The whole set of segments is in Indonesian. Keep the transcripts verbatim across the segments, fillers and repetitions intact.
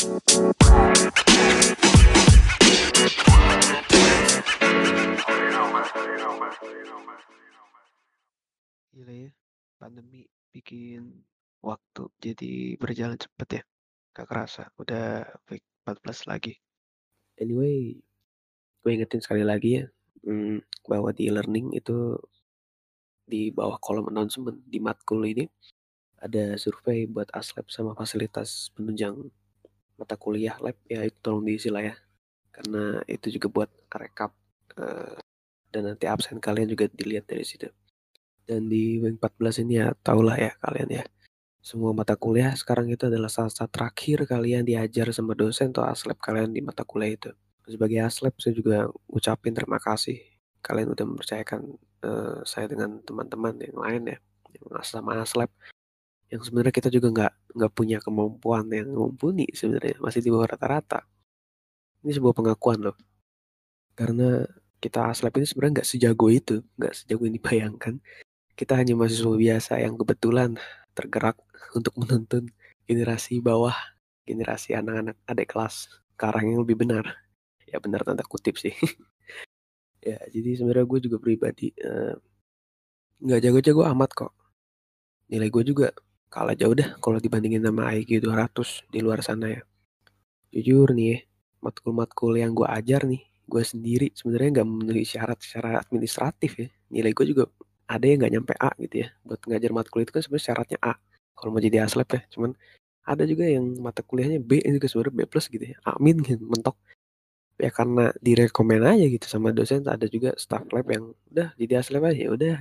Gila ya, pandemi bikin waktu jadi berjalan cepet ya. Gak kerasa, udah week empat belas lagi. Anyway, gue ingetin sekali lagi ya, hmm, bahwa di e-learning itu di bawah kolom announcement di matkul ini ada survei buat aslab sama fasilitas penunjang mata kuliah lab ya, itu tolong diisi lah ya, karena itu juga buat rekap uh, dan nanti absen kalian juga dilihat dari situ. Dan di week empat belas ini ya tahulah ya kalian ya, semua mata kuliah sekarang itu adalah saat-saat terakhir kalian diajar sama dosen atau aslab kalian di mata kuliah itu. Sebagai aslab saya juga ucapin terima kasih kalian udah mempercayakan uh, saya dengan teman-teman yang lain ya, yang sama aslab, yang sebenarnya kita juga nggak nggak punya kemampuan yang mumpuni sebenarnya, masih di bawah rata-rata. Ini sebuah pengakuan loh, karena kita aslab ini sebenarnya nggak sejago itu, nggak sejago yang dibayangkan. Kita hanya mahasiswa biasa yang kebetulan tergerak untuk menuntun generasi bawah, generasi anak-anak adik kelas ke arah yang lebih benar. Ya benar tanda kutip sih. Ya jadi sebenarnya gue juga pribadi eh, nggak jago-jago amat kok. Nilai gue juga kalah jauh dah kalau dibandingin sama I Q dua ratus di luar sana ya. Jujur nih ya, matkul-matkul yang gue ajar nih, gue sendiri sebenarnya nggak memenuhi syarat secara administratif ya. Nilai gue juga ada yang nggak nyampe A gitu ya. Buat ngajar matkul itu kan sebenarnya syaratnya A. Kalau mau jadi aslab ya, cuman ada juga yang mata kuliahnya B itu juga sebenarnya B plus gitu ya. Amin gitu, mentok. Ya karena direkomend aja gitu sama dosen. Ada juga staff lab yang udah jadi aslab aja, ya udah.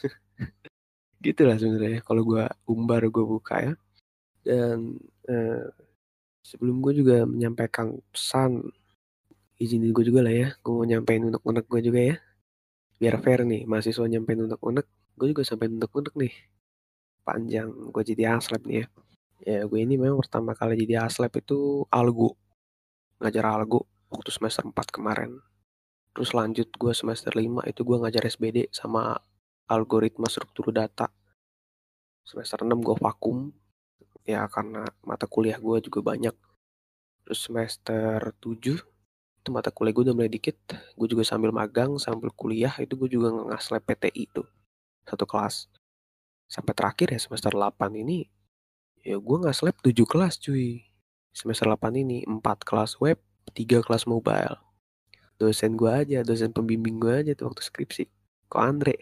Gitu lah sebenarnya kalau gue umbar, gue buka ya. Dan eh, sebelum gue juga menyampaikan pesan, izinin gue juga lah ya, gue mau nyampein unek-unek gue juga ya, biar fair nih, mahasiswa nyampein unek-unek, gue juga sampein unek-unek nih, panjang gue jadi aslab nih ya. Ya gue ini memang pertama kali jadi aslab itu algo, ngajar algo waktu semester empat kemarin. Terus lanjut gue semester lima itu gue ngajar S B D sama algoritma struktur data. Semester enam gue vakum, ya karena mata kuliah gue juga banyak. Terus semester tujuh itu mata kuliah gue udah mulai dikit, gue juga sambil magang sambil kuliah itu gue juga nge-lab P T I tuh satu kelas. Sampai terakhir ya semester delapan ini ya gue nge-lab tujuh kelas cuy. Semester delapan ini empat kelas web, tiga kelas mobile. Dosen gue aja, dosen pembimbing gue aja tuh waktu skripsi, kok Andre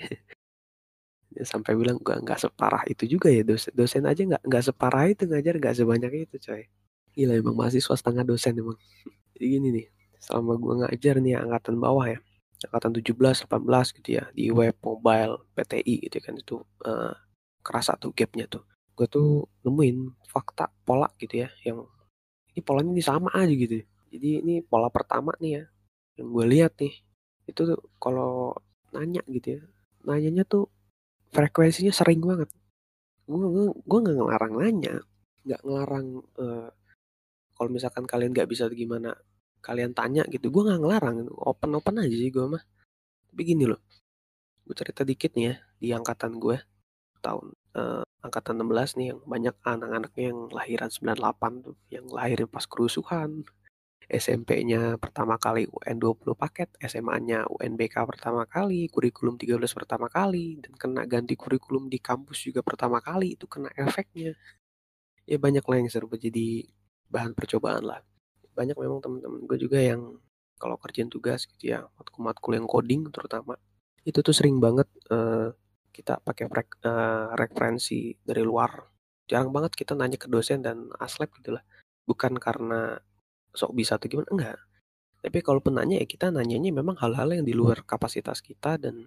dia sampai bilang gue nggak separah itu juga ya, dosen dosen aja nggak nggak separah itu ngajar, nggak sebanyak itu coy. Gila emang mahasiswa setengah dosen emang. Jadi gini nih, selama gue ngajar nih angkatan bawah ya, angkatan tujuh belas, delapan belas gitu ya, di web, mobile, P T I gitu kan, itu uh, kerasa tuh gapnya tuh. Gue tuh nemuin fakta, pola gitu ya, yang ini polanya ini sama aja gitu. Jadi ini pola pertama nih ya, yang gue lihat nih, itu tuh kalau nanya gitu ya, nanyanya tuh frekuensinya sering banget. Gue gue gue nggak ngelarang nanya, nggak ngelarang uh, kalau misalkan kalian nggak bisa gimana kalian tanya gitu, gue nggak ngelarang, open open aja sih gue mah. Tapi gini loh, gue cerita dikit nih ya, di angkatan gue tahun uh, angkatan enam belas nih, yang banyak anak-anaknya yang lahiran sembilan puluh delapan tuh, yang lahirin pas kerusuhan. S M P-nya pertama kali U N dua puluh paket, S M A-nya U N B K pertama kali, kurikulum tiga belas pertama kali, dan kena ganti kurikulum di kampus juga pertama kali, itu kena efeknya. Ya banyak lah yang serba jadi bahan percobaan lah. Banyak memang teman-teman gue juga yang kalau kerjaan tugas gitu ya, matkul-matkul yang coding terutama, itu tuh sering banget uh, kita pakai frek, uh, referensi dari luar. Jarang banget kita nanya ke dosen dan aslab gitu lah. Bukan karena sok bisa atau gimana, enggak. Tapi kalau penanya ya kita nanyanya memang hal-hal yang di luar kapasitas kita, dan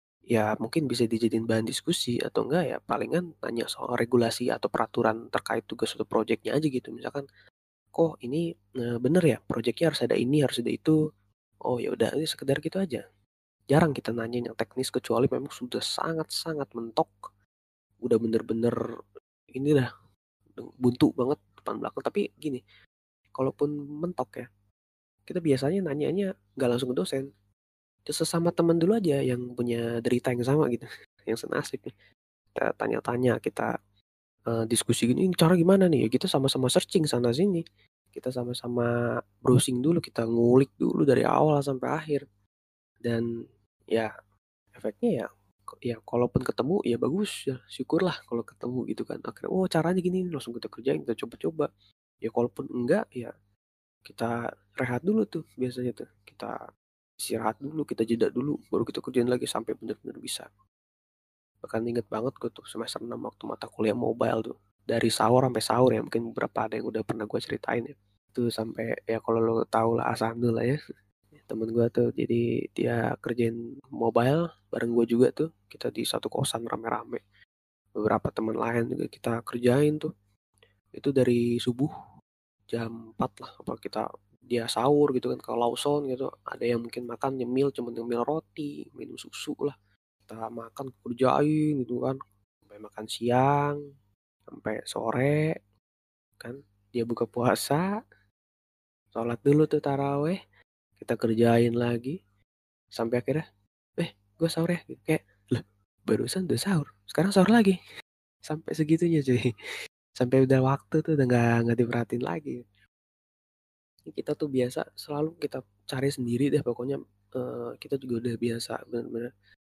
ya mungkin bisa dijadiin bahan diskusi, atau enggak ya palingan nanya soal regulasi atau peraturan terkait tugas atau proyeknya aja gitu. Misalkan, kok ini e, bener ya proyeknya harus ada ini, harus ada itu. Oh ya udah, ini sekedar gitu aja. Jarang kita nanya yang teknis kecuali memang sudah sangat-sangat mentok. Udah bener-bener ini dah buntu banget depan belakang. Tapi gini, kalaupun mentok ya, kita biasanya nanyanya nggak langsung ke dosen, sesama teman dulu aja yang punya derita yang sama gitu, yang senasib nih. Kita tanya-tanya, kita uh, diskusi gini, ini cara gimana nih? Ya kita sama-sama searching sana sini. Kita sama-sama browsing dulu, kita ngulik dulu dari awal sampai akhir. Dan ya efeknya ya k ya kalaupun ketemu ya bagus ya, syukurlah kalau ketemu gitu kan. Akhirnya, "Oh caranya gini," langsung kita kerjain, kita coba-coba. Ya kalaupun enggak, ya kita rehat dulu tuh biasanya tuh. Kita istirahat dulu, kita jeda dulu, baru kita kerjain lagi sampai bener-bener bisa. Bahkan inget banget gue tuh semester enam waktu mata kuliah mobile tuh. Dari sahur sampai sahur ya, mungkin beberapa ada yang udah pernah gue ceritain ya. Itu sampai ya kalau lo tau lah Asando lah ya. Temen gue tuh jadi dia kerjain mobile bareng gue juga tuh. Kita di satu kosan rame-rame. Beberapa teman lain juga kita kerjain tuh. Itu dari subuh jam empat lah apa kita dia sahur gitu kan ke Lawson gitu. Ada yang mungkin makan nyemil cuma nyemil roti, minum susu lah. Kita makan kerjain gitu kan. Sampai makan siang, sampai sore kan. Dia buka puasa, sholat dulu tuh taraweh, kita kerjain lagi sampai akhirnya eh gue sahur ya gitu. Kayak lah barusan udah sahur sekarang sahur lagi sampai segitunya cuy. Sampai udah waktu tuh udah nggak nggak diperhatiin lagi. Kita tuh biasa selalu kita cari sendiri deh pokoknya. Eh, kita juga udah biasa bener-bener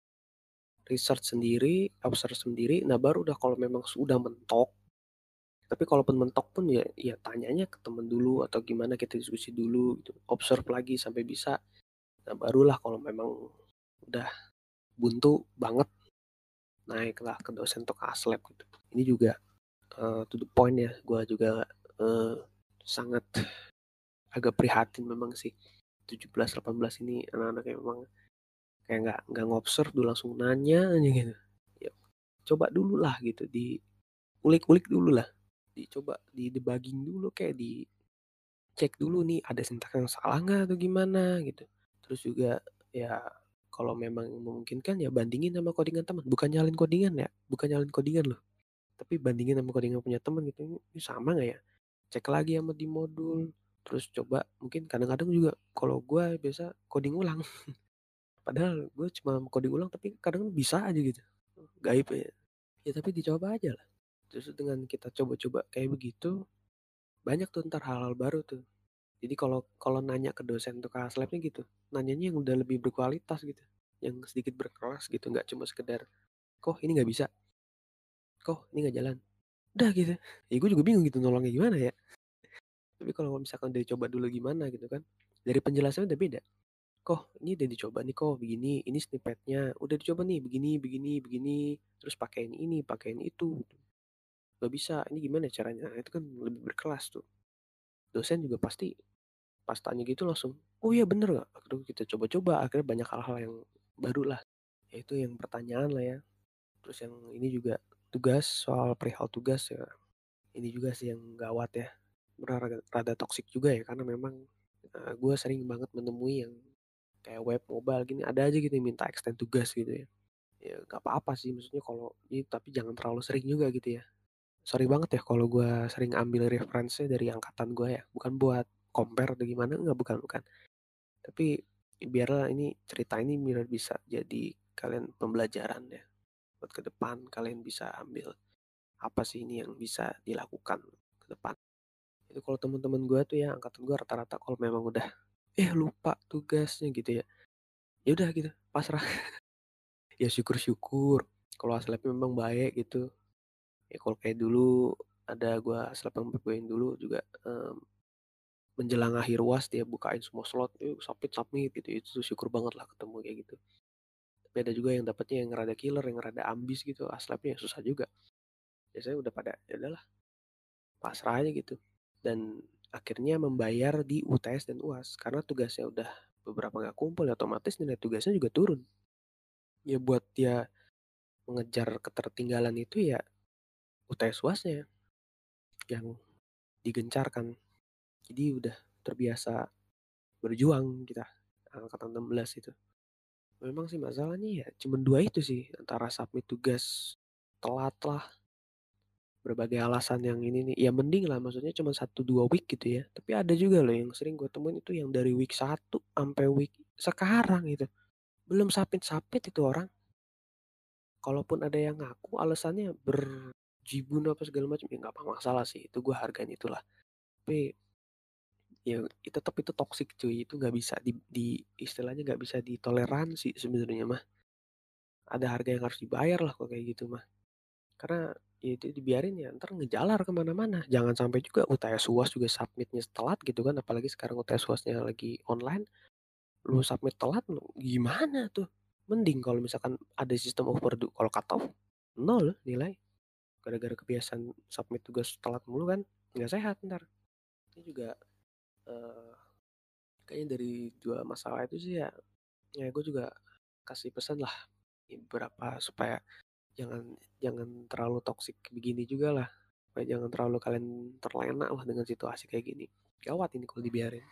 research sendiri, observe sendiri. Nah baru udah kalau memang sudah mentok. Tapi kalaupun mentok pun ya ya tanyanya ke temen dulu atau gimana, kita diskusi dulu gitu. Observe lagi sampai bisa. Nah barulah kalau memang udah buntu banget, naiklah ke dosen untuk kelas lab gitu. Ini juga eh, to the point ya, gue juga eh, sangat agak prihatin memang sih. tujuh belas delapan belas ini anak-anak yang memang kayak nggak nggak ngobserve dulu langsung nanya aja gitu. Ya, coba dulu lah gitu, diulik-ulik dulu lah, dicoba di debugging dulu, kayak dicek dulu nih ada sintaks yang salah nggak atau gimana gitu. Terus juga ya kalau memang memungkinkan ya bandingin sama codingan teman, bukan nyalin codingan ya, bukan nyalin codingan loh, tapi bandingin sama codingan punya teman gitu, ini sama nggak ya, cek lagi sama di modul. Terus coba mungkin kadang-kadang juga kalau gue biasa coding ulang. Padahal gue cuma coding ulang tapi kadang bisa aja gitu, gaib ya. Ya tapi dicoba aja lah. Terus dengan kita coba-coba kayak begitu, banyak tuh ntar hal-hal baru tuh. Jadi kalau kalau nanya ke dosen untuk kelas labnya gitu, nanyanya yang udah lebih berkualitas gitu, yang sedikit berkelas gitu, nggak cuma sekedar, kok ini nggak bisa, kok ini nggak jalan, udah gitu. Ya gue juga bingung gitu nolongnya gimana ya. Tapi kalau misalkan udah dicoba dulu gimana gitu kan, dari penjelasannya udah beda. Kok ini udah dicoba nih kok begini, ini snippetnya udah dicoba nih begini begini begini, terus pakein ini pakein itu, nggak bisa ini gimana caranya. Nah, itu kan lebih berkelas tuh. Dosen juga pasti pas tanya gitu langsung oh iya bener nggak, akhirnya kita coba-coba, akhirnya banyak hal-hal yang baru lah. Yaitu yang pertanyaan lah ya. Terus yang ini juga tugas, soal perihal tugas ya, ini juga sih yang gawat ya, rada, rada toksik juga ya, karena memang uh, gue sering banget menemui yang kayak web mobile gini ada aja gitu yang minta extend tugas gitu ya. Ya nggak apa-apa sih maksudnya kalau ini, tapi jangan terlalu sering juga gitu ya. Sorry banget ya kalau gue sering ambil referensinya dari angkatan gue ya, bukan buat compare atau gimana, enggak, bukan bukan. Tapi biarlah ini cerita ini biar bisa jadi kalian pembelajaran ya, buat ke depan kalian bisa ambil apa sih ini yang bisa dilakukan ke depan. Itu kalau teman-teman gue tuh ya angkatan gue rata-rata kalau memang udah eh lupa tugasnya gitu ya, ya udah gitu pasrah. Ya syukur-syukur kalau hasilnya memang baik gitu. Ya kalau kayak dulu ada gue seleb yang bermain dulu juga, em, menjelang akhir uas dia bukain semua slot, yuk submit submit gitu, itu tuh syukur banget lah ketemu kayak gitu. Tapi ada juga yang dapetnya yang rada killer, yang rada ambis gitu, aslabnya susah juga. Biasanya udah pada ya udahlah pasrah aja gitu. Dan akhirnya membayar di U T S dan U A S karena tugasnya udah beberapa nggak kumpul ya, otomatis nilai tugasnya juga turun. Ya buat dia mengejar ketertinggalan itu ya U T S U A S-nya yang digencarkan. Jadi udah terbiasa berjuang kita angkatan enam belas itu. Memang sih masalahnya ya cuma dua itu sih, antara submit tugas telat lah, berbagai alasan yang ini nih. Ya mending lah maksudnya cuma satu dua week gitu ya. Tapi ada juga loh yang sering gue temuin itu yang dari week satu sampai week sekarang itu belum submit-submit itu orang. Kalaupun ada yang ngaku alasannya berjibun apa segala macam ya nggak apa masalah sih. Itu gue hargain itulah. Tapi Ya itu tetep itu toxic cuy, itu nggak bisa di di istilahnya nggak bisa ditoleransi sebenarnya mah. Ada harga yang harus dibayar lah kalau kayak gitu mah. Karena ya itu dibiarin ya entar ngejalar ke mana-mana. Jangan sampai juga U T S U A S juga submit-nya telat gitu kan, apalagi sekarang U T S U A S-nya lagi online, lu submit telat lu gimana tuh? Mending kalau misalkan ada sistem overdue, kalau cut off nol nilai. Gara-gara kebiasaan submit tugas telat mulu kan, nggak sehat ntar. Ini juga eh, kayaknya dari dua masalah itu sih ya, ya gue juga kasih pesan lah beberapa supaya jangan jangan terlalu toksik begini juga lah. Supaya jangan terlalu kalian terlena lah dengan situasi kayak gini. Gawat ini kalau dibiarin.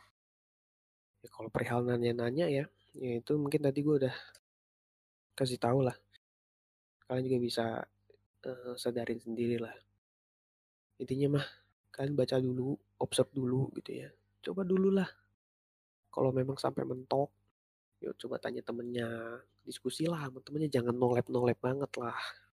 Ya, kalau perihal nanya-nanya ya, ya itu mungkin tadi gue udah kasih tahu lah. Kalian juga bisa eh, sadarin sendiri lah. Intinya mah kalian baca dulu, observe dulu gitu ya. Coba dulu lah. Kalau memang sampai mentok, yuk coba tanya temennya, diskusi lah sama temennya, jangan nolep-nolep banget lah.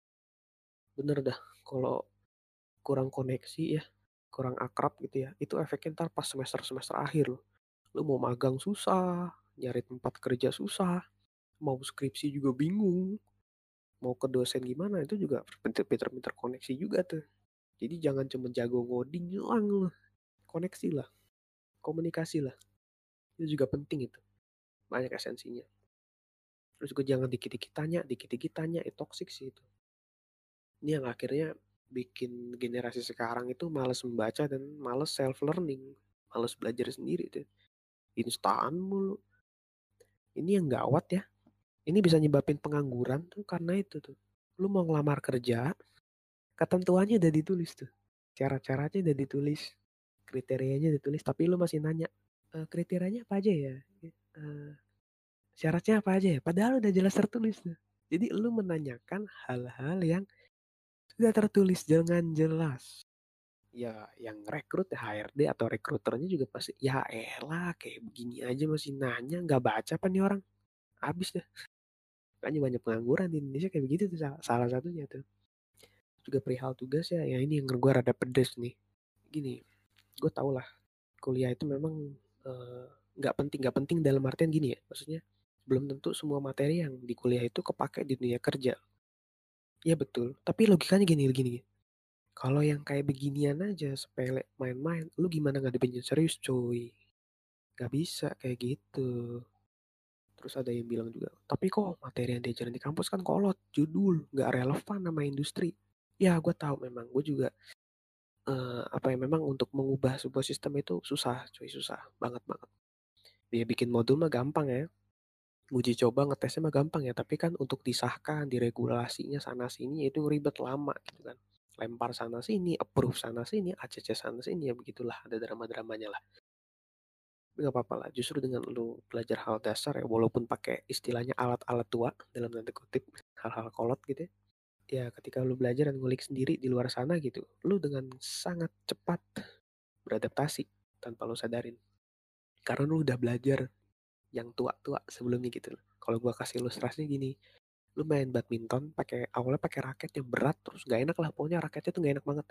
Bener dah, kalau kurang koneksi ya, kurang akrab gitu ya, itu efeknya ntar pas semester-semester akhir loh. Lu mau magang susah, nyari tempat kerja susah, mau skripsi juga bingung, mau ke dosen gimana itu juga pinter-pinter koneksi juga tuh. Jadi jangan cuma jago ngoding doang lu, koneksi lah, komunikasi lah. Itu juga penting itu, banyak esensinya. Terus juga jangan dikit-dikit tanya, dikit-dikit tanya, itu toxic sih itu. Ini yang akhirnya bikin generasi sekarang itu males membaca dan males self learning, males belajar sendiri tuh. Instan mulu. Ini yang gawat ya. Ini bisa nyebabin pengangguran tuh karena itu tuh. Lu mau ngelamar kerja, ketentuannya udah ditulis tuh. Cara-caranya udah ditulis, kriterianya ditulis, tapi lu masih nanya, e, kriterianya apa aja ya? E, syaratnya apa aja ya? Padahal udah jelas tertulis tuh. Jadi lu menanyakan hal-hal yang sudah tertulis dengan jelas. Ya yang rekrut H R D atau rekruternya juga pasti ya elah kayak begini aja masih nanya, nggak baca apa nih orang, habis deh. Makanya banyak pengangguran di Indonesia kayak begitu tuh, salah, salah satunya tuh. Juga perihal tugas ya, ya ini yang gue rada pedes nih. Gini, gue tau lah kuliah itu memang eh, nggak uh, penting nggak penting dalam artian gini ya, maksudnya belum tentu semua materi yang di kuliah itu kepake di dunia kerja. Ya betul, tapi logikanya gini gini. Kalau yang kayak beginian aja sepele main-main, lu gimana ngadepinnya serius cuy? Gak bisa kayak gitu. Terus ada yang bilang juga, tapi kok materi yang diajarin di kampus kan kolot, judul, gak relevan sama industri. Ya gue tahu memang, gue juga uh, apa ya memang untuk mengubah sebuah sistem itu susah, cuy susah banget banget. Dia bikin modul mah gampang ya, uji coba ngetesnya mah gampang ya, tapi kan untuk disahkan, diregulasinya sana sini itu ribet lama gitu kan. Lempar sana sini, approve sana sini, A C C sana sini, ya begitulah ada drama-dramanya lah. Nggak apa-apa lah, justru dengan lu belajar hal dasar ya, walaupun pakai istilahnya alat-alat tua dalam tanda kutip, hal-hal kolot gitu ya. Ya ketika lu belajar dan ngulik sendiri di luar sana gitu, lu dengan sangat cepat beradaptasi tanpa lu sadarin. Karena lu udah belajar yang tua-tua sebelumnya gitu. Kalau gua kasih ilustrasinya gini, lu main badminton pakai awalnya pakai raket yang berat terus gak enak lah, pokoknya raketnya tuh gak enak banget.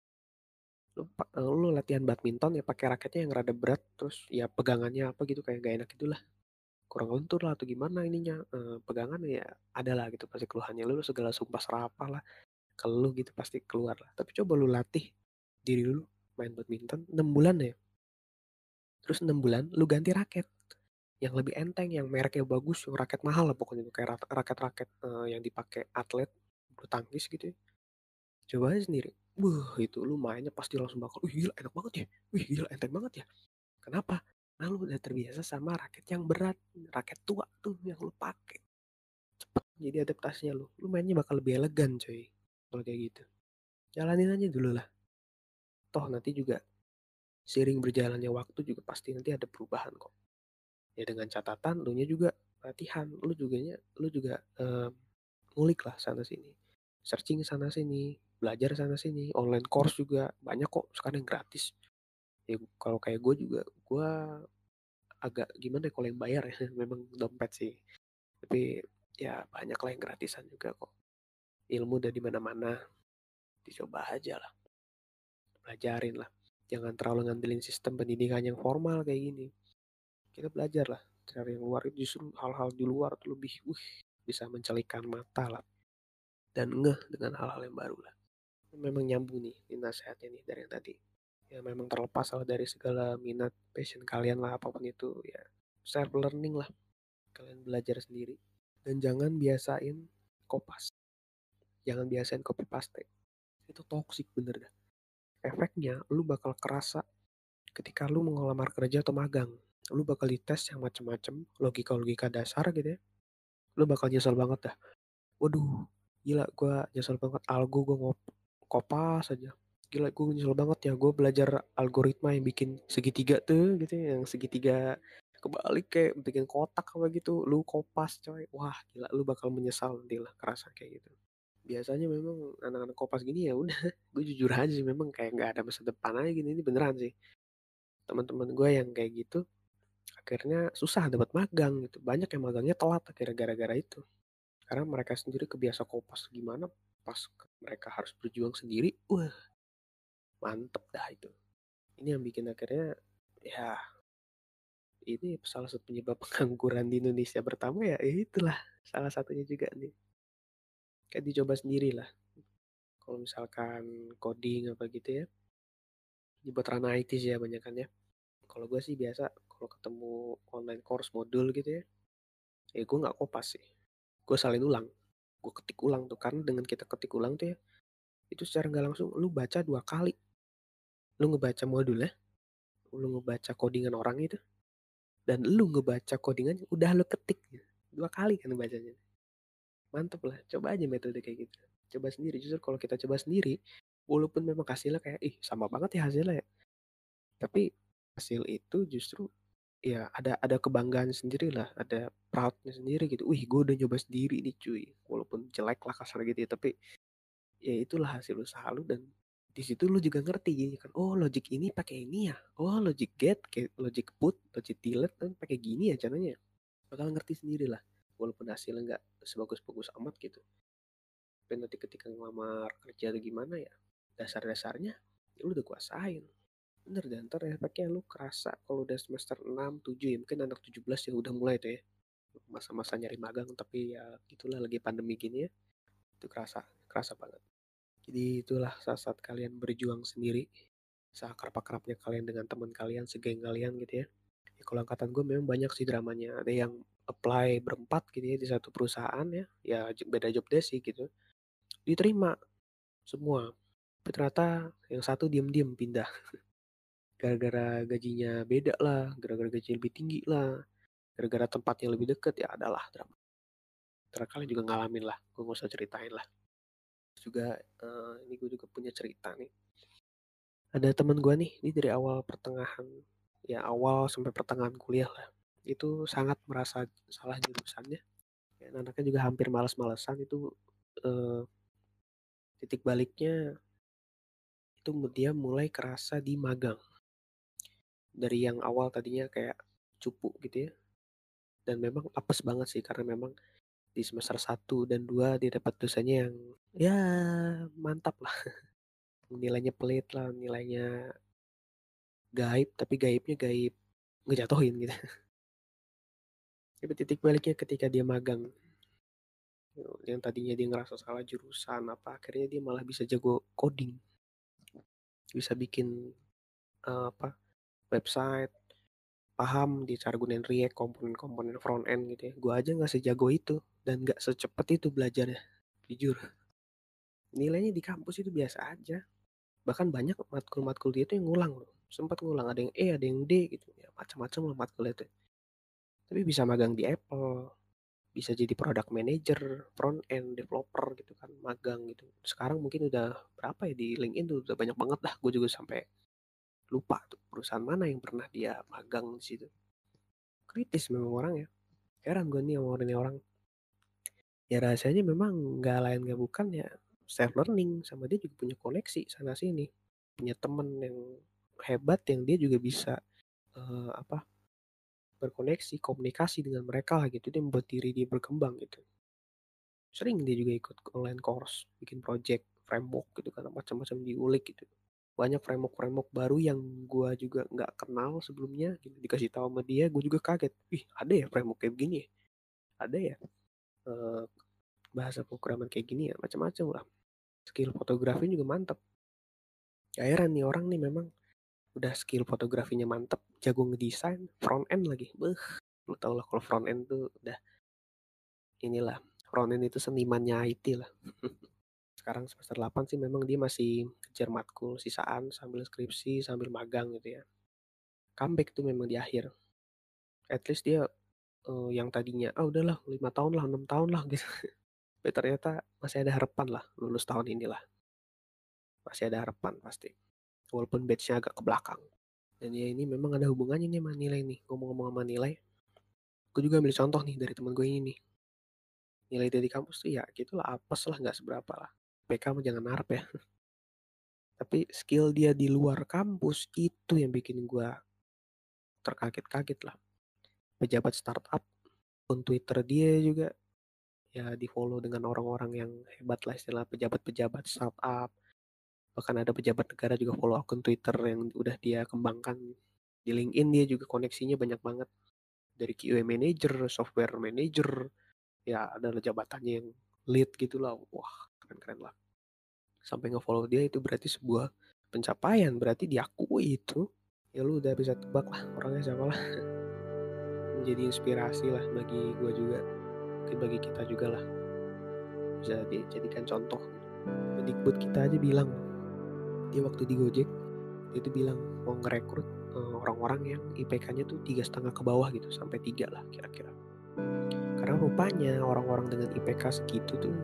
Lu, lu latihan badminton ya pakai raketnya yang rada berat terus ya pegangannya apa gitu kayak gak enak gitulah, kurang lentur lah atau gimana ininya, eh, pegangan ya ada lah gitu pasti keluhannya, lu segala sumpah serapah lah keluh gitu pasti keluar lah. Tapi coba lu latih diri lu main badminton enam bulan ya, terus enam bulan lu ganti raket yang lebih enteng, yang mereknya bagus, yang raket mahal lah pokoknya kayak raket-raket uh, yang dipakai atlet bulu tangkis gitu ya. Coba aja sendiri. Wah, itu lu mainnya pasti langsung bakal, wih gila enak banget ya. Wih gila enteng banget ya. Kenapa? Nah lu udah terbiasa sama raket yang berat, raket tua tuh yang lu pakai. Cepet jadi adaptasinya lu. Lu mainnya bakal lebih elegan coy. Kalau kayak gitu. Jalanin aja dulu lah. Toh nanti juga seiring berjalannya waktu juga pasti nanti ada perubahan kok. Ya dengan catatan lu nya juga latihan, lu juga lu juga um, ngulik lah sana sini. Searching sana sini, belajar sana sini, online course juga banyak kok sekarang yang gratis. Ya kalau kayak gue juga, gue agak gimana ya kalau yang bayar ya, memang dompet sih. Tapi ya banyak lah yang gratisan juga kok. Ilmu udah di mana-mana, dicoba aja lah, pelajarin lah. Jangan terlalu ngandelin sistem pendidikan yang formal kayak gini. Kita belajarlah cari yang luar itu justru hal-hal di luar tuh lebih, wih, bisa mencelikan mata lah dan ngeh dengan hal-hal yang baru lah. Memang nyambung nih, ini nasihatnya nih dari yang tadi. Ya memang terlepas lah dari segala minat, passion kalian lah apapun itu ya. Self learning lah, kalian belajar sendiri. Dan jangan biasain kopas. Jangan biasain copy paste. Itu toxic bener dah. Efeknya lu bakal kerasa ketika lu mau ngelamar kerja atau magang. Lu bakal dites yang macem-macem, logika-logika dasar gitu ya. Lu bakal nyesel banget dah. Waduh, gila gue nyesel banget algo gue ngop kopas aja. Gila gue nyesel banget ya gue belajar algoritma yang bikin segitiga tuh gitu ya, yang segitiga kebalik kayak bikin kotak apa gitu. Lu kopas coy. Wah, gila lu bakal menyesal nanti lah kerasa kayak gitu. Biasanya memang anak-anak kopas gini ya udah, gue jujur aja sih memang kayak nggak ada masa depan aja gini, ini beneran sih. Teman-teman gue yang kayak gitu akhirnya susah dapat magang gitu. Banyak yang magangnya telat akhirnya gara-gara itu. Karena mereka sendiri kebiasa kopas gimana pas mereka harus berjuang sendiri, wah mantep dah itu. Ini yang bikin akhirnya ya ini salah satu penyebab pengangguran di Indonesia pertama ya, ya itulah salah satunya juga nih. Kayak dicoba sendiri lah. Kalau misalkan coding apa gitu ya, ini buat ranah I T sih ya banyak kan ya. Kalau gue sih biasa kalau ketemu online course modul gitu ya, ya gue nggak kopas sih. Gue salin ulang. Gue ketik ulang tuh karena dengan kita ketik ulang tuh ya, itu secara nggak langsung lu baca dua kali. Lu ngebaca modulnya, lu ngebaca codingan orang itu, dan lu ngebaca codingannya udah lu ketik dua kali kan bacanya. Mantep lah, coba aja metode kayak gitu. Coba sendiri, justru kalau kita coba sendiri, walaupun memang hasilnya kayak ih sama banget ya hasilnya ya, tapi hasil itu justru ya ada ada kebanggaan sendiri lah, ada proudnya sendiri gitu. Wih, gue udah nyoba sendiri nih cuy, walaupun jelek lah kasar gitu ya, tapi ya itulah hasil usaha lu dan di situ lu juga ngerti gini kan, oh logic ini pakai ini ya, oh logic get, kayak logic put, logic delete kan pakai gini ya caranya, bakal ngerti sendiri lah walaupun hasilnya nggak sebagus-bagus amat gitu. Dan nanti ketika ngelamar kerja atau gimana ya dasar-dasarnya ya lu udah kuasain bener. Dan ntar efeknya lu kerasa kalau udah semester enam tujuh ya, mungkin anak tujuh belas ya udah mulai tuh ya masa-masa nyari magang, tapi ya gitulah lagi pandemi gini ya, itu kerasa kerasa banget. Jadi itulah saat-saat kalian berjuang sendiri, seakrab-akrabnya kalian dengan teman kalian, segeng kalian gitu ya. Ya kalau angkatan gue memang banyak sih dramanya. Ada yang apply berempat gitu ya di satu perusahaan ya, ya beda job desk sih gitu. Diterima semua. Tapi ternyata yang satu diem-diem pindah. Gara-gara gajinya beda lah, gara-gara gaji lebih tinggi lah, gara-gara tempatnya lebih deket ya adalah drama. Terus kalian juga ngalamin lah, gue gak usah ceritain lah. Juga uh, ini gue juga punya cerita nih. Ada teman gue nih, ini dari awal pertengahan, ya awal sampai pertengahan kuliah lah. Itu sangat merasa salah jurusannya. Ya, anaknya juga hampir malas-malesan itu uh, titik baliknya itu dia mulai kerasa di magang. Dari yang awal tadinya kayak cupu gitu ya. Dan memang apes banget sih karena memang di semester satu dan dua dia dapat dosanya yang ya mantap lah. Nilainya pelit lah, nilainya gaib, tapi gaibnya gaib ngejatuhin gitu. Tapi titik baliknya ketika dia magang, yang tadinya dia ngerasa salah jurusan apa, akhirnya dia malah bisa jago coding, bisa bikin uh, apa website, paham di cara gunain React, komponen-komponen front end gitu ya. Gue aja nggak sejago itu dan nggak secepat itu belajarnya, jujur. Nilainya di kampus itu biasa aja. Bahkan banyak matkul-matkul dia tuh yang ngulang loh. Sempat ngulang, ada yang E, ada yang D gitu. Ya macam-macam lah matkul itu. Tapi bisa magang di Apple, bisa jadi product manager, front end developer gitu kan, magang gitu. Sekarang mungkin udah berapa ya di LinkedIn tuh udah banyak banget lah. Gue juga sampai lupa tuh perusahaan mana yang pernah dia magang di situ. Kritis memang orang ya. Heran gue nih sama ini orang. Ya rasanya memang nggak lain nggak bukan ya self learning, sama dia juga punya koneksi sana sini, punya temen yang hebat yang dia juga bisa uh, apa berkoneksi komunikasi dengan mereka lah gitu, dia membuat diri dia berkembang gitu. Sering dia juga ikut online course, bikin project framework gitu kan, macam-macam diulik gitu. banyak framework-framework baru yang gue juga nggak kenal sebelumnya gitu, dikasih tahu sama dia gue juga kaget, "Wih, ada ya framework kayak begini ya? Ada ya, eee, bahasa pemrograman kayak gini ya?" Macam-macam lah. Skill fotografi juga mantap. Gak heran nih orang nih memang udah skill fotografinya mantep, jago ngedesain, front end lagi. Beh, lu tau lah kalau front end tuh udah inilah, front end itu senimannya I T lah. Sekarang semester delapan sih memang dia masih kejar matkul sisaan sambil skripsi, sambil magang gitu ya. Comeback tuh memang di akhir. At least dia eh, yang tadinya, ah udahlah lima tahun lah, enam tahun lah gitu. Tapi ternyata masih ada harapan lah lulus tahun inilah. Masih ada harapan pasti. Walaupun batch-nya agak ke belakang. Dan ya ini memang ada hubungannya nih sama nilai nih. Ngomong-ngomong sama nilai, gue juga ambil contoh nih dari teman gue ini nih. Nilai dari kampus tuh ya gitulah, apes lah, nggak seberapa lah. P K mah jangan harap ya. Tapi skill dia di luar kampus itu yang bikin gue terkaget-kaget lah. Pejabat startup, akun Twitter dia juga ya di follow dengan orang-orang yang hebat lah, istilah pejabat-pejabat startup. Bahkan ada pejabat negara juga follow akun Twitter yang udah dia kembangkan. Di LinkedIn dia juga koneksinya banyak banget. Dari Q A manager, software manager, ya ada jabatannya yang lead gitu lah. Wah, keren-keren lah. Sampai nge-follow dia itu berarti sebuah pencapaian, berarti diakui itu. Ya lu udah bisa tebak lah orangnya siapa lah. Menjadi inspirasi lah bagi gue juga, mungkin bagi kita juga lah, bisa dijadikan contoh. Mendikbud kita aja bilang, dia waktu di Gojek dia itu bilang mau ngerekrut uh, orang-orang yang I P K-nya tuh tiga setengah ke bawah gitu, sampai tiga lah kira-kira. Karena rupanya orang-orang dengan I P K segitu tuh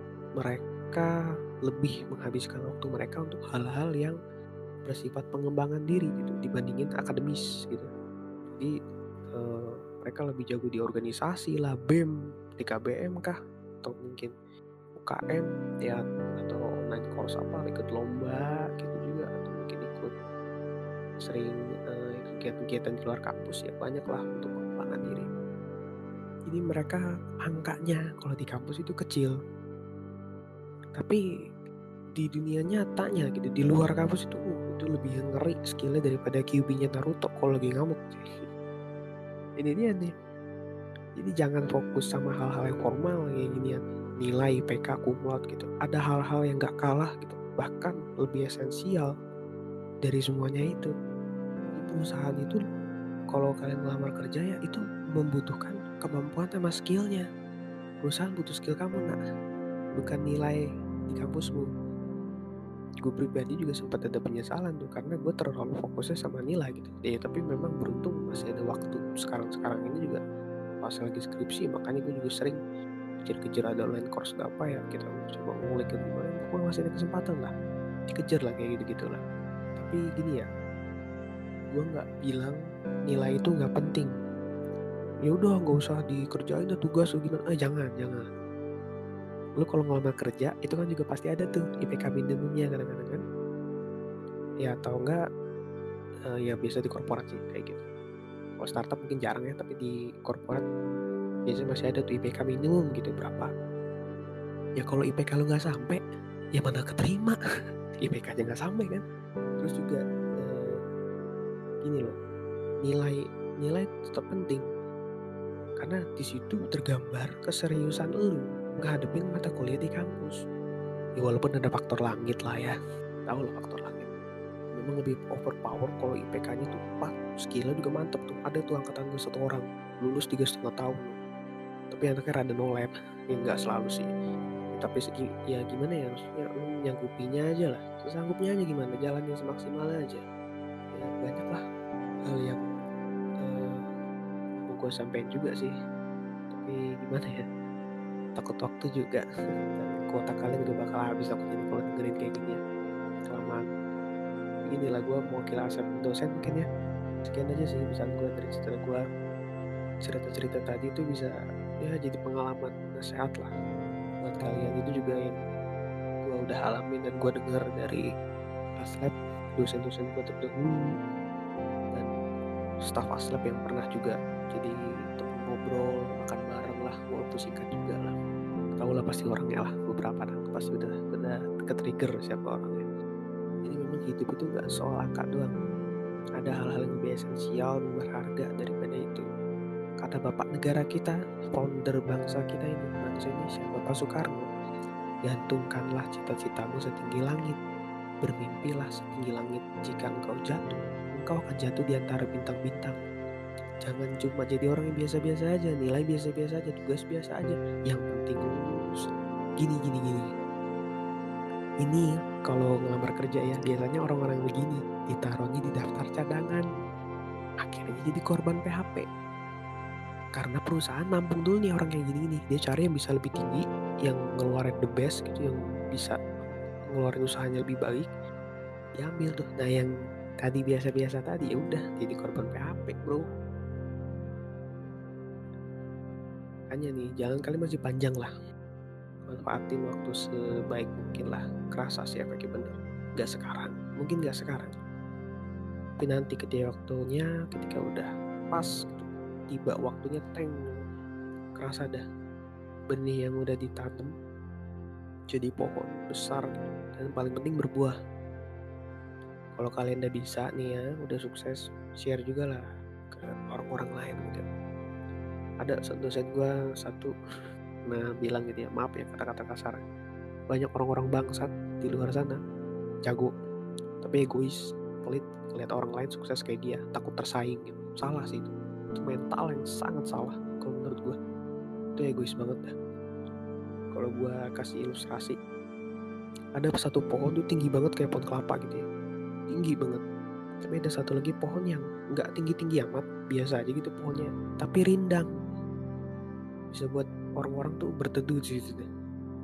mereka lebih menghabiskan waktu mereka untuk hal-hal yang bersifat pengembangan diri gitu dibandingin akademis gitu. Jadi uh, mereka lebih jago di organisasi lah, B E M, D K B M kah, atau mungkin U K M ya, atau online course apa, ikut lomba gitu juga, atau mungkin ikut sering uh, kegiatan-kegiatan di luar kampus ya, banyak lah untuk pengembangan diri. Jadi mereka angkanya kalau di kampus itu kecil, tapi di dunia nyatanya gitu, di luar kampus itu uh, itu lebih ngeri skillnya daripada Q B-nya Naruto kalau lagi ngamuk. Ini dia nih. Jadi jangan fokus sama hal-hal yang formal kayak gini ya, nilai P K kumlot gitu. Ada hal-hal yang gak kalah gitu, bahkan lebih esensial dari semuanya itu. Di perusahaan itu kalau kalian melamar kerja ya itu membutuhkan kemampuan sama skillnya. Perusahaan butuh skill kamu nak, bukan nilai di kampusmu. Gue pribadi juga sempat ada penyesalan tuh karena gue terlalu fokusnya sama nilai gitu. Ya tapi memang beruntung masih ada waktu sekarang-sekarang ini juga pas lagi skripsi, makanya gue juga sering kejar-kejar ada online course gak apa ya, kita coba ngulik ke gimana, gue masih ada kesempatan lah dikejar lah kayak gitu-gitu lah. Tapi gini ya, gue nggak bilang nilai itu nggak penting, ya udah nggak usah dikerjain dah tugas atau gimana, eh jangan jangan lu kalau ngelamar kerja itu kan juga pasti ada tuh I P K minimumnya kadang-kadang kan ya, atau enggak uh, ya biasa di korporasi kayak gitu. Kalau startup mungkin jarang ya, tapi di korporat biasanya masih ada tuh I P K minimum gitu berapa. Ya kalau I P K lu nggak sampai, ya mana keterima. I P K-nya nggak sampai kan. Terus juga eh, gini loh, nilai nilai tetap penting karena di situ tergambar keseriusan lu ngadepin mata kuliah di kampus. Ya walaupun ada faktor langit lah ya, tahu lah faktor langit. Memang lebih overpower kalau I P K-nya tuh empat, skillnya juga mantep tuh. Ada tuh angkatan gue satu orang lulus tiga setengah tahun, tapi anaknya rada nolep. Ya nggak selalu sih. Tapi segi, ya gimana ya, maksudnya lu nyanggupinya aja lah, sesanggupnya aja, gimana jalannya semaksimalnya aja ya. Banyak lah hal yang uh, mau gue sampein juga sih, tapi gimana ya, takut waktu juga. Dan kuota kalian udah bakal habis aku jadi kalau dengerin kayak gini ya kelamaan. Begini lah gue mewakili Asep dosen mungkin ya. Sekian aja sih pesan gue dari cerita gue. Cerita-cerita tadi itu bisa ya jadi pengalaman nasihat lah buat kalian. Itu juga yang gue udah alamin dan gue dengar dari Aslab, dosen-dosen gue terdahulu, dan staf Aslab yang pernah juga jadi teman ngobrol, makan bareng lah, walaupun singkat juga lah. Tahu lah pasti orangnya lah, beberapa orang pasti udah udah ke trigger siapa orangnya. Jadi memang hidup itu nggak soal angka doang. Ada hal-hal yang lebih esensial, lebih berharga daripada itu. Kata bapak negara kita, founder bangsa kita ini, bangsa Indonesia, Bapak Soekarno, gantungkanlah cita-citamu setinggi langit, bermimpilah setinggi langit. Jika engkau jatuh, engkau akan jatuh di antara bintang-bintang. Jangan cuma jadi orang yang biasa-biasa aja, nilai biasa-biasa aja, tugas biasa aja. Yang penting lulus. Gini, gini, gini. Ini kalau ngelamar kerja ya, biasanya orang-orang begini ditaruhnya di daftar cadangan. Akhirnya jadi korban P H P. Karena perusahaan nampung dulu nih orang kayak gini-gini. Dia cari yang bisa lebih tinggi, yang ngeluarin the best gitu, yang bisa ngeluarin usahanya lebih baik. Diambil tuh. Nah yang tadi biasa-biasa tadi ya udah jadi korban P H P, bro. Makanya nih, jalan kali masih panjang lah. Manfaatin waktu sebaik mungkin lah. Kerasa sih efeknya bener. Gak sekarang, mungkin gak sekarang. Tapi nanti ketika waktunya, ketika udah pas gitu, tiba waktunya teng, kerasa dah benih yang udah ditanam jadi pohon besar gitu. Dan paling penting berbuah. Kalau kalian udah bisa nih ya, udah sukses, share juga lah ke orang-orang lain gitu. Ada satu dosen gue satu nah bilang gitu ya, maaf ya kata-kata kasar, banyak orang-orang bangsat di luar sana, jago tapi egois, pelit, lihat orang lain sukses kayak dia, takut tersaing gitu. Salah sih itu, itu mental yang sangat salah kalau menurut gue. Itu egois banget dah. Kalau gue kasih ilustrasi, ada satu pohon tuh tinggi banget kayak pohon kelapa gitu ya, tinggi banget. Tapi ada satu lagi pohon yang nggak tinggi-tinggi amat, biasa aja gitu pohonnya, tapi rindang, bisa buat orang-orang tuh berteduh di situ deh.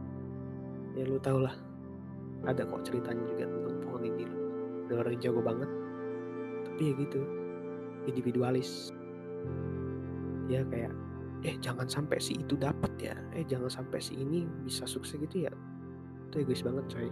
Ya lu tau lah, ada kok ceritanya juga tentang pohon ini loh. Ada orang yang jago banget, tapi ya gitu, individualis. Ya kayak, eh jangan sampai si itu dapat ya, eh jangan sampai si ini bisa sukses gitu ya. Itu egois banget coy.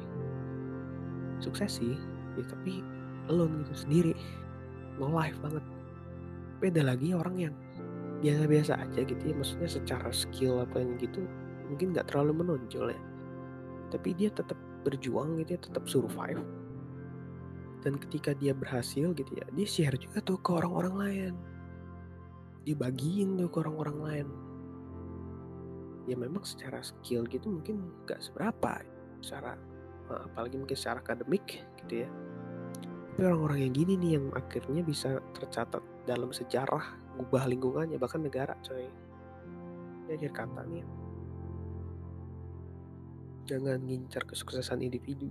Sukses sih, ya tapi alone gitu, sendiri, no life banget. Beda lagi orang yang biasa-biasa aja gitu ya, maksudnya secara skill apa yang gitu mungkin nggak terlalu menonjol ya, tapi dia tetap berjuang gitu ya, tetap survive. Dan ketika dia berhasil gitu ya, dia share juga tuh ke orang-orang lain, dibagiin tuh ke orang-orang lain. Ya memang secara skill gitu mungkin nggak seberapa, secara apalagi mungkin secara akademik gitu ya. Tapi orang-orang yang gini nih yang akhirnya bisa tercatat dalam sejarah, ngubah lingkungannya, bahkan negara coy. Ini akhir kata nih, jangan ngincar kesuksesan individu.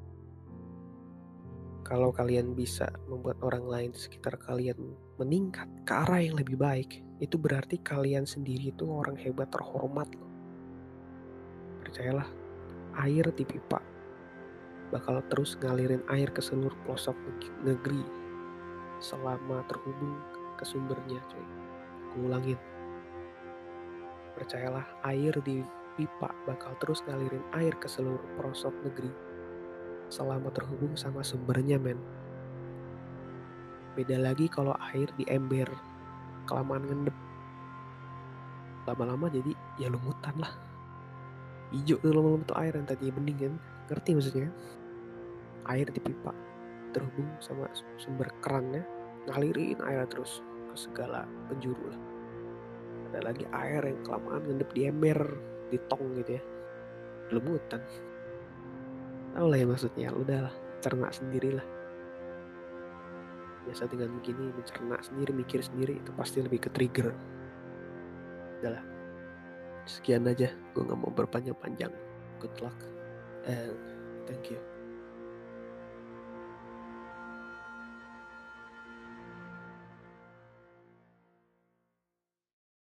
Kalau kalian bisa membuat orang lain di sekitar kalian meningkat ke arah yang lebih baik, itu berarti kalian sendiri itu orang hebat terhormat loh. Percayalah, air di pipa bakal terus ngalirin air ke seluruh pelosok negeri selama terhubung ke sumbernya coy. Aku ulangin, percayalah, air di pipa bakal terus ngalirin air ke seluruh pelosok negeri selama terhubung sama sumbernya men. Beda lagi kalau air di ember kelamaan ngendep, lama-lama jadi ya lumutan lah, hijau tuh lama-lama tuh air yang tadinya bening kan. Ngerti maksudnya? Air di pipa terhubung sama sumber kerannya, ngalirin air terus ke segala penjuru lah. Ada lagi air yang kelamaan ngendep di ember, di tong gitu ya, lumutan. Tahu lah ya maksudnya, udahlah, cerna sendirilah. Biasa dengan begini, mencerna sendiri, mikir sendiri, itu pasti lebih ke trigger. Udahlah, sekian aja, gue gak mau berpanjang-panjang. Good luck and thank you.